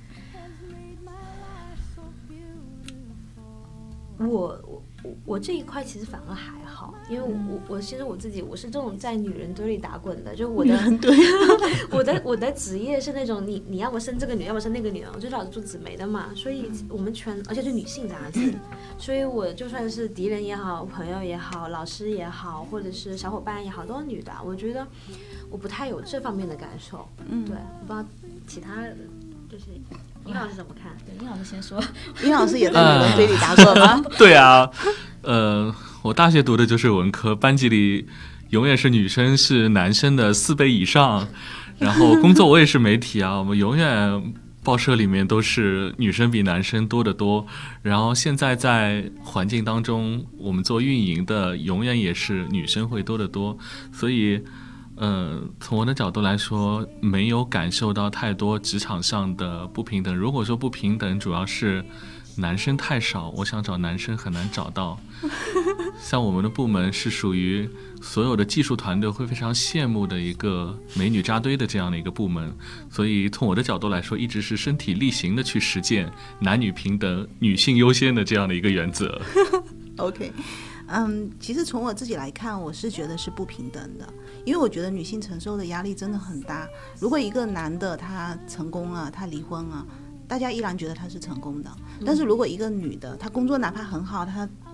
我这一块其实反而还好，因为我其实我自己我是这种在女人堆里打滚的，就我的我的职业是那种你要么生这个女，要么生那个女，我就老是做紫媒的嘛，所以我们而且是女性杂志，所以我就算是敌人也好，朋友也好，老师也好，或者是小伙伴也好，都是女的，我觉得我不太有这方面的感受。对，我不知道其他人就是殷老师怎么看？ 对，殷老师先说。 殷老师也在女人堆里打过吗？ 对啊，我大学读的就是文科，班级里永远是女生是男生的4倍以上，然后工作我也是媒体啊，我们永远报社里面都是女生比男生多得多，然后现在在环境当中，我们做运营的永远也是女生会多得多，所以从我的角度来说，没有感受到太多职场上的不平等。如果说不平等，主要是男生太少，我想找男生很难找到。像我们的部门是属于所有的技术团队会非常羡慕的一个美女扎堆的这样的一个部门，所以从我的角度来说，一直是身体力行的去实践男女平等、女性优先的这样的一个原则。 OK。其实从我自己来看，我是觉得是不平等的，因为我觉得女性承受的压力真的很大。如果一个男的他成功了，他离婚了，大家依然觉得他是成功的，但是如果一个女的她工作哪怕很好，她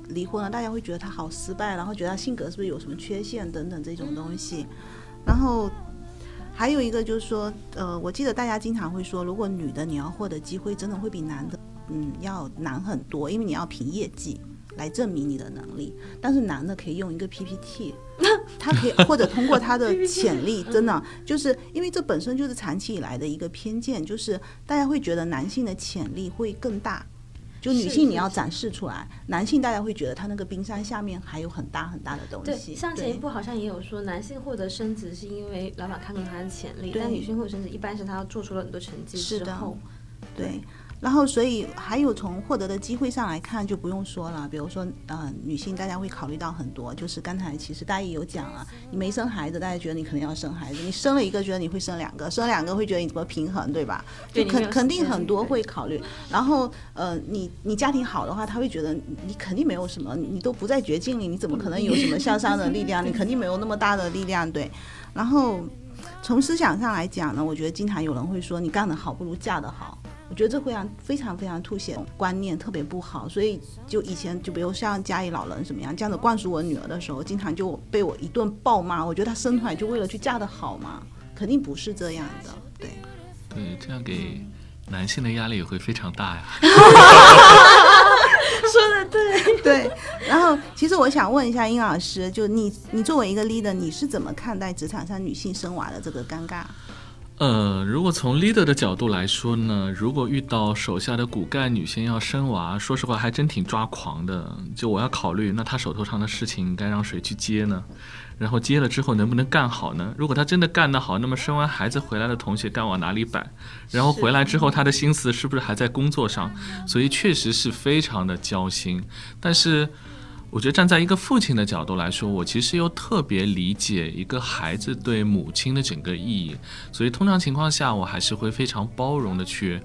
离婚了，大家会觉得他好失败，然后觉得他性格是不是有什么缺陷等等这种东西。然后还有一个就是说，我记得大家经常会说，如果女的你要获得机会，真的会比男的要难很多，因为你要凭业绩来证明你的能力，但是男的可以用一个 PPT， 他可以或者通过他的潜力，真的就是因为这本身就是长期以来的一个偏见，就是大家会觉得男性的潜力会更大，就女性你要展示出来，男性大家会觉得他那个冰山下面还有很大很大的东西。 对，像前一部好像也有说，男性获得升职是因为老板看中他的潜力，但女性获得升职一般是他做出了很多成绩之后。 对，然后所以还有从获得的机会上来看就不用说了，比如说女性大家会考虑到很多，就是刚才其实大家也有讲了，你没生孩子大家觉得你可能要生孩子，你生了一个觉得你会生两个，生两个会觉得你怎么平衡，对吧？就肯定很多会考虑。然后你家庭好的话，他会觉得你肯定没有什么，你都不在绝境里，你怎么可能有什么向上的力量？你肯定没有那么大的力量，对。然后从思想上来讲呢，我觉得经常有人会说你干得好不如嫁得好，我觉得这会让非常非常凸显观念特别不好，所以就以前就比如像家里老人什么样这样的灌输我女儿的时候，经常就被我一顿暴骂。我觉得她生出来就为了去嫁得好嘛，肯定不是这样的。对， 这样给男性的压力也会非常大呀。 说的对。 对，然后其实我想问一下殷老师，就你作为一个 leader， 你是怎么看待职场上女性生娃的这个尴尬？ 如果从 leader 的角度来说呢，如果遇到手下的骨干女性要生娃，说实话还真挺抓狂的。就我要考虑，那她手头上的事情该让谁去接呢？然后接了之后能不能干好呢？如果她真的干得好，那么生完孩子回来的同学该往哪里摆？然后回来之后她的心思是不是还在工作上？所以确实是非常的焦心。但是我觉得站在一个父亲的角度来说，我其实又特别理解一个孩子对母亲的整个意义，所以通常情况下我还是会非常包容的去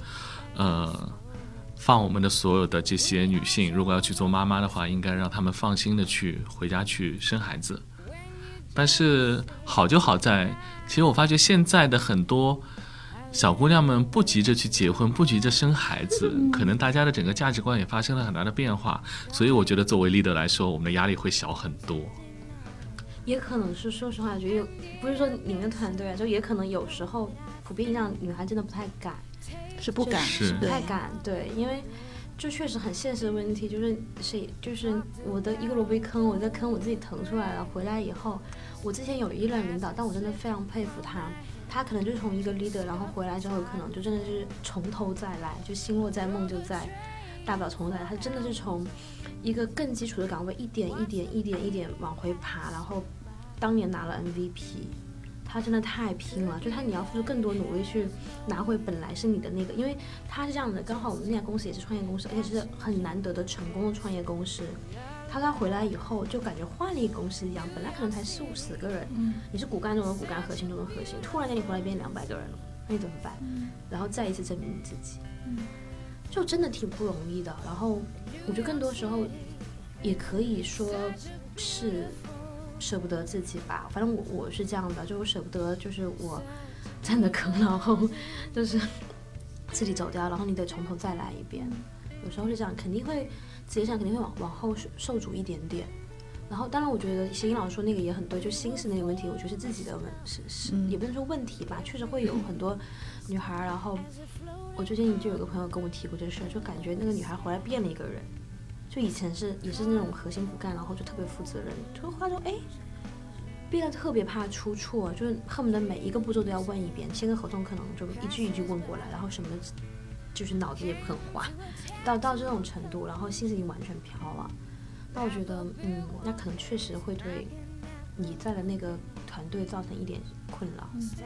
放我们的所有的这些女性，如果要去做妈妈的话，应该让她们放心的去回家去生孩子。但是好就好在，其实我发觉现在的很多小姑娘们不急着去结婚，不急着生孩子，可能大家的整个价值观也发生了很大的变化，所以我觉得作为 leader 来说，我们的压力会小很多。 也可能是，说实话，觉得不是说你们的团队啊，就也可能有时候普遍让女孩真的不太敢， 是不敢， 是不太敢，对，因为就确实很现实的问题，就是我的一个萝卜坑，我在坑我自己腾出来了。回来以后，我之前有一任领导，但我真的非常佩服他。他可能就从一个 leader， 然后回来之后，可能就真的是从头再来，就心若在梦就在，大不了从头再来。他真的是从一个更基础的岗位一点一点往回爬，然后当年拿了 MVP。他真的太拼了，就你要付出更多努力去拿回本来是你的那个，因为他是这样的，刚好我们那家公司也是创业公司，而且是很难得的成功的创业公司。他回来以后就感觉换了一个公司一样，本来可能才4、50个人，你是骨干中的骨干，核心中的核心，突然间你回来变200个人了，那你怎么办？然后再一次证明你自己，就真的挺不容易的。然后我觉得更多时候也可以说是舍不得自己吧，反正我是这样的，就我舍不得，就是我占的坑，然后就是自己走掉，然后你得从头再来一遍。有时候是这样，肯定会职业上肯定会往后受阻一点点。然后当然我觉得谢英老师说那个也很对，就心思那个问题，我觉得是自己的也不能说问题吧，确实会有很多女孩。然后我最近就有个朋友跟我提过这事，就感觉那个女孩回来变了一个人。就以前也是那种核心骨干，然后就特别负责任，就后来就变得特别怕出错，就是恨不得每一个步骤都要问一遍，签个合同可能就一句一句问过来，然后什么就是脑子也不肯花，到这种程度，然后心思已经完全飘了。那我觉得那可能确实会对你在的那个团队造成一点困扰。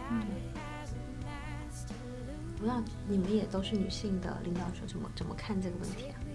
不知道你们也都是女性的领导者，怎么看这个问题啊？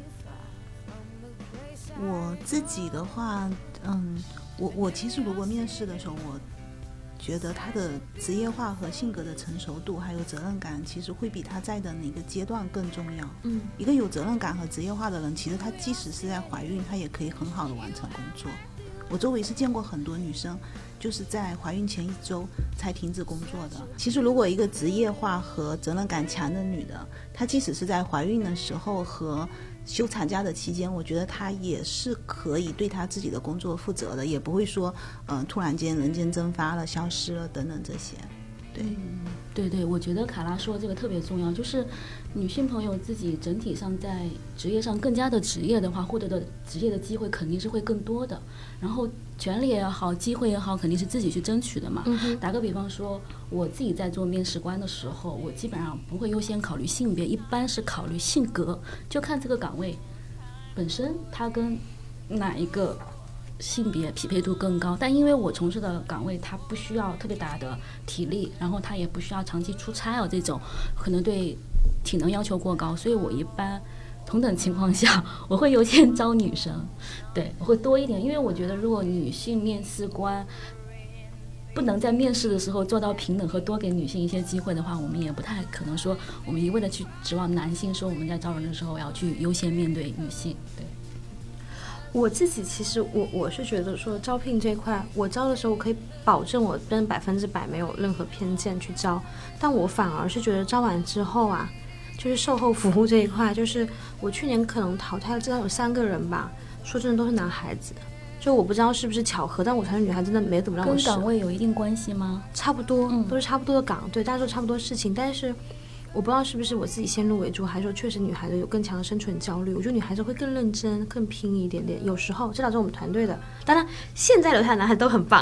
我自己的话，我其实如果面试的时候，我觉得他的职业化和性格的成熟度还有责任感，其实会比他在的哪个阶段更重要。一个有责任感和职业化的人，其实他即使是在怀孕，他也可以很好的完成工作。我周围是见过很多女生就是在怀孕前1周才停止工作的。其实如果一个职业化和责任感强的女的，她即使是在怀孕的时候和休产假的期间，我觉得他也是可以对他自己的工作负责的，也不会说突然间人间蒸发了、消失了等等这些。 对，我觉得卡拉说这个特别重要，就是女性朋友自己整体上在职业上更加的职业的话，获得的职业的机会肯定是会更多的，然后权利也好，机会也好，肯定是自己去争取的嘛。打个比方说，我自己在做面试官的时候，我基本上不会优先考虑性别，一般是考虑性格，就看这个岗位本身它跟哪一个性别匹配度更高，但因为我从事的岗位它不需要特别大的体力，然后它也不需要长期出差这种可能对体能要求过高，所以我一般同等情况下我会优先招女生，对，我会多一点，因为我觉得如果女性面试官不能在面试的时候做到平等和多给女性一些机会的话，我们也不太可能说我们一味的去指望男性说我们在招人的时候要去优先面对女性。对， 我自己其实我是觉得说招聘这一块，我招的时候我可以保证我跟100%没有任何偏见去招，但我反而是觉得招完之后啊，就是售后服务这一块，就是我去年可能淘汰了至少有3个人吧，说真的都是男孩子，就我不知道是不是巧合，但我团队女孩真的没怎么让我试。 跟岗位有一定关系吗？ 差不多，都是差不多的岗，对，大家做差不多事情，但是我不知道是不是我自己先入为主，还是说确实女孩子有更强的生存焦虑。我觉得女孩子会更认真、更拼一点点。有时候这导致我们团队的，当然现在留下的男孩子都很棒。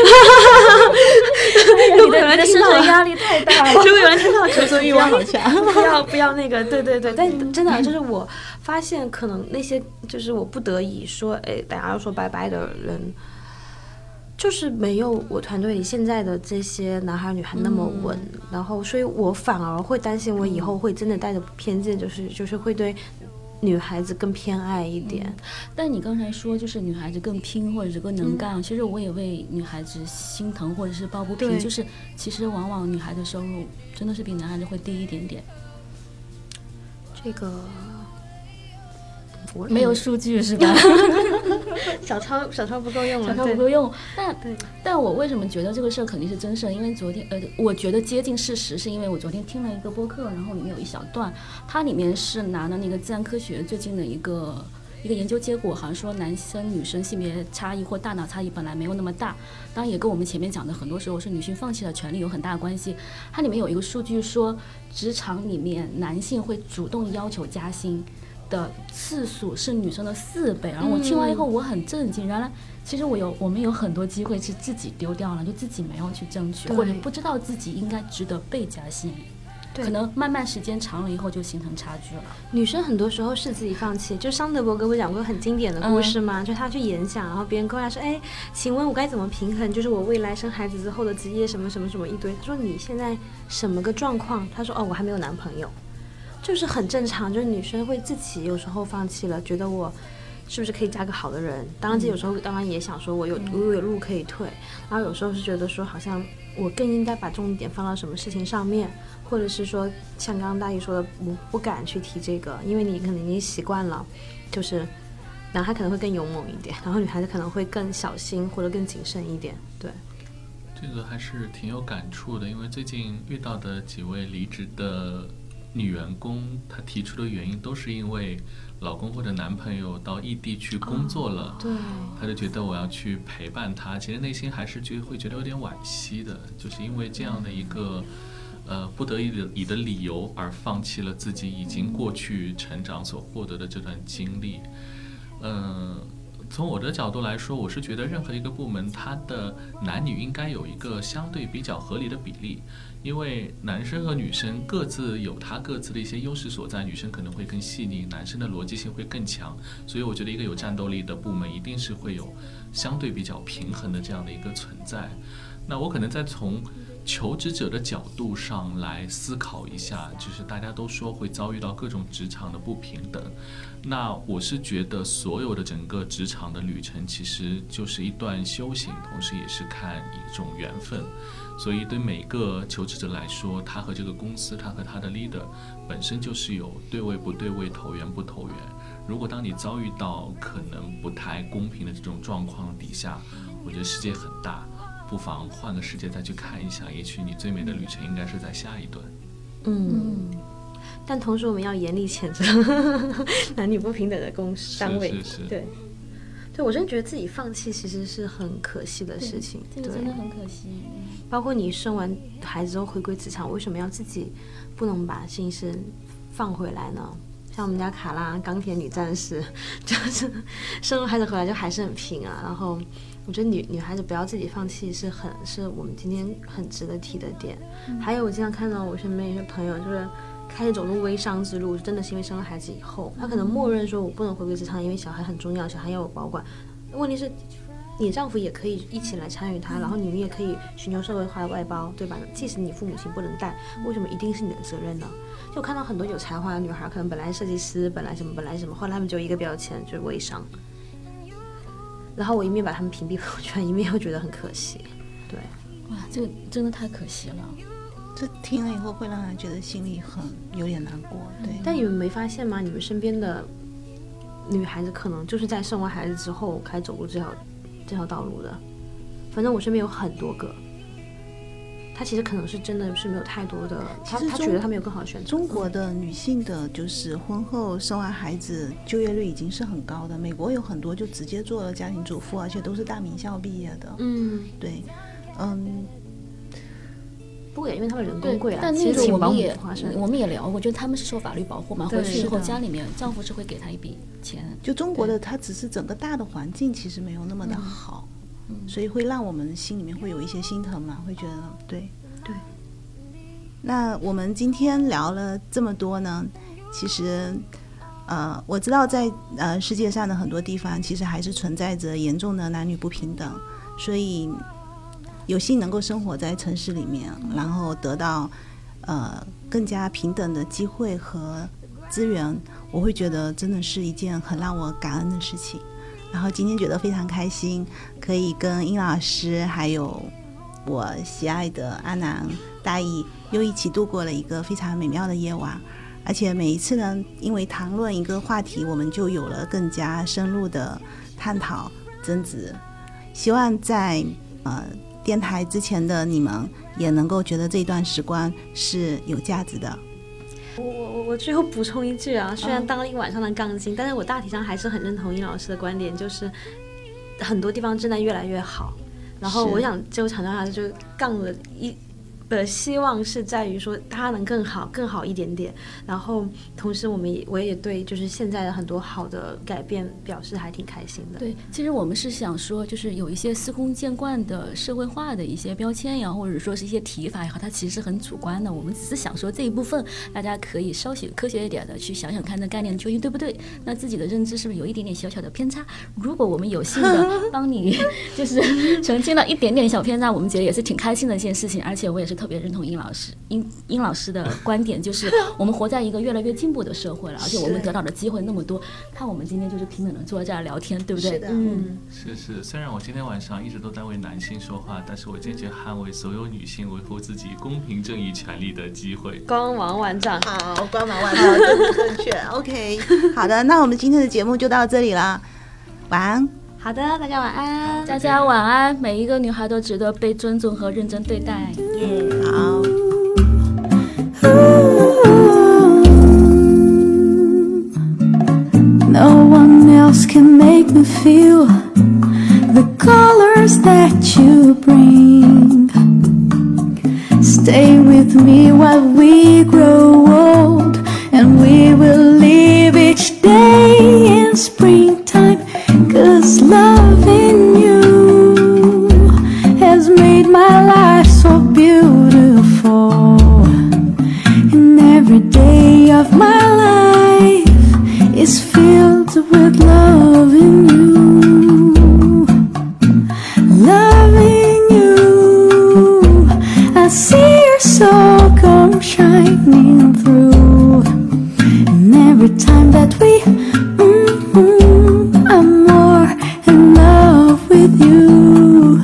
如果有人听到了， 压力太大了。 如果有人听到了， 求生欲望好强。 不要那个，对。但真的就是我发现，可能那些就是我不得已说，大家要说拜拜的人。就是没有我团队里现在的这些男孩女孩那么稳，然后所以我反而会担心我以后会真的带着偏见，就是会对女孩子更偏爱一点。 但你刚才说就是女孩子更拼或者是更能干，其实我也为女孩子心疼或者是抱不平，就是其实往往女孩子收入真的是比男孩子会低一点点。 这个没有数据是吧？ 小抄不够用了， 小抄不够用。但我为什么觉得这个事儿肯定是真事？因为昨天我觉得接近事实，是因为我昨天听了一个播客，然后里面有一小段，它里面是拿了那个自然科学最近的一个研究结果，好像说男生女生性别差异或大脑差异本来没有那么大，当然也跟我们前面讲的很多时候是女性放弃了权利有很大的关系。它里面有一个数据说，职场里面男性会主动要求加薪的次数是女生的4倍，然后我听完以后我很震惊，原来其实我们有很多机会是自己丢掉了，就自己没有去争取，或者不知道自己应该值得被加薪，可能慢慢时间长了以后就形成差距了。 女生很多时候是自己放弃，就桑德伯格不讲过很经典的故事吗？就他去演讲，然后别人跟他说，请问我该怎么平衡，就是我未来生孩子之后的职业什么什么什么一堆，他说你现在什么个状况？他说我还没有男朋友。就是很正常，就是女生会自己有时候放弃了，觉得我是不是可以嫁个好的人？当然，有时候当然也想说我有路可以退，然后有时候是觉得说好像我更应该把重点放到什么事情上面，或者是说像刚刚大姨说的，我不敢去提这个，因为你可能已经习惯了，就是男孩可能会更勇猛一点，然后女孩子可能会更小心或者更谨慎一点，对。 这个还是挺有感触的，因为最近遇到的几位离职的女员工，她提出的原因都是因为老公或者男朋友到异地去工作了， 对， 她就觉得我要去陪伴他，其实内心还是会觉得有点惋惜的，就是因为这样的一个不得已的理由而放弃了自己已经过去成长所获得的这段经历。从我的角度来说，我是觉得任何一个部门它的男女应该有一个相对比较合理的比例，因为男生和女生各自有他各自的一些优势所在，女生可能会更细腻，男生的逻辑性会更强，所以我觉得一个有战斗力的部门一定是会有相对比较平衡的这样的一个存在。那我可能再从求职者的角度上来思考一下，就是大家都说会遭遇到各种职场的不平等，那我是觉得所有的整个职场的旅程其实就是一段修行，同时也是看一种缘分。所以对每个求职者来说，他和这个公司，他和他的 leader 本身就是有对位不对位，投缘不投缘。如果当你遭遇到可能不太公平的这种状况底下，我觉得世界很大，不妨换个世界再去看一下，也许你最美的旅程应该是在下一段。 但同时我们要严厉谴责男女不平等的单位。 是对，我真的觉得自己放弃其实是很可惜的事情。 这个真的很可惜。 包括你生完孩子后回归职场，为什么要自己不能把心思放回来呢？像我们家卡拉钢铁女战士，就是生了孩子回来就还是很拼啊。然后我觉得女孩子不要自己放弃是我们今天很值得提的点。还有我经常看到我身边一些朋友就是开始走入微商之路，真的是因为生了孩子以后，他可能默认说我不能回归职场，因为小孩很重要，小孩要有保管。问题是你丈夫也可以一起来参与他，然后你们也可以寻求社会化的外包，对吧？即使你父母亲不能带，为什么一定是你的责任呢？就看到很多有才华的女孩，可能本来设计师，本来什么，后来他们只有一个标签，就是微商。然后我一面把他们屏蔽朋友圈，一面又觉得很可惜。对， 哇，这个真的太可惜了。 这听了以后会让人觉得心里有点难过。对， 但你们没发现吗？你们身边的女孩子可能就是在生完孩子之后开始走入这条道路的。反正我身边有很多个，她其实可能是真的是没有太多的，她觉得她没有更好的选择。 中国的女性的就是婚后生完孩子就业率已经是很高的，美国有很多就直接做了家庭主妇，而且都是大名校毕业的。对， 不过也因为他们人工贵啊， 但那个我们也聊过，就是他们是受法律保护嘛，回去以后家里面丈夫是会给他一笔钱。就中国的它只是整个大的环境其实没有那么的好，所以会让我们心里面会有一些心疼嘛，会觉得对。那我们今天聊了这么多呢，其实我知道在世界上的很多地方其实还是存在着严重的男女不平等，所以有幸能够生活在城市里面，然后得到更加平等的机会和资源，我会觉得真的是一件很让我感恩的事情。然后今天觉得非常开心，可以跟殷老师还有我喜爱的阿南大义又一起度过了一个非常美妙的夜晚。而且每一次呢，因为谈论一个话题，我们就有了更加深入的探讨争执。希望在电台之前的你们也能够觉得这段时光是有价值的。 我最后补充一句啊，虽然当了一晚上的杠精，但是我大体上还是很认同殷老师的观点，就是很多地方真的越来越好。然后我想就强调一下，就是杠的希望是在于说它能更好一点点，然后同时我也对就是现在的很多好的改变表示还挺开心的。 对，其实我们是想说，就是有一些司空见惯的社会化的一些标签呀，或者说是一些提法也好，它其实是很主观的。我们只是想说这一部分大家可以稍许科学一点的去想想看，这概念究竟对不对？那自己的认知是不是有一点点小小的偏差？如果我们有幸的帮你就是澄清了一点点小偏差，我们觉得也是挺开心的一件事情。而且我也是特别认同殷老师的观点，就是我们活在一个越来越进步的社会了，而且我们得到的机会那么多，看我们今天就是平等的坐在这儿聊天，对不对？ 是的， 是。虽然我今天晚上一直都在为男性说话，但是我坚决捍卫所有女性维护自己公平正义权利的机会。 光芒万丈， 好，光芒万丈，正确。OK， 好的，那我们今天的节目就到这里了，晚安。 好的，大家晚安。 大家晚安，每一个女孩都值得被尊重和认真对待。 好。 No one else can make me feel the colors that you bring. Stay with me while we grow old, and we will live each day in springtime. 'Cause loving you has made my life so beautiful, and every day of my life is filled with loving you. Loving you, I see your soul come shining through, and every time that we I'm more in love with you.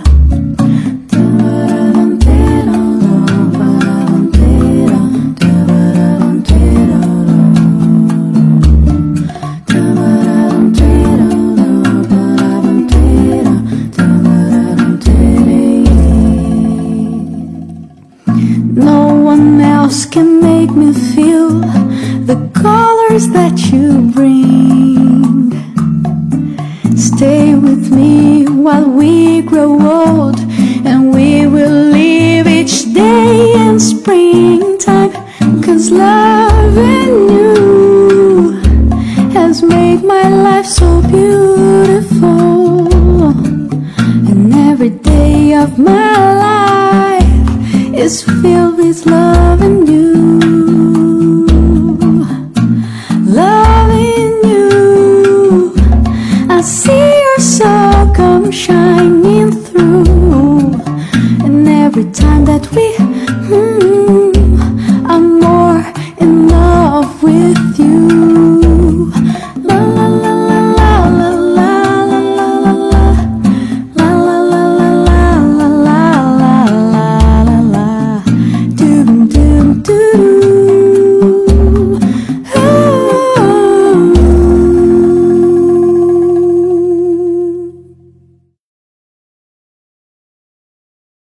No one else can make me feel the colors that you bring. Stay with me while we grow old, and we will live each day in springtime. 'Cause loving you has made my life so beautiful, and every day of my life is filled with loving you. Loving you, I see your soul come shining through, and every time that I'm more in love with you.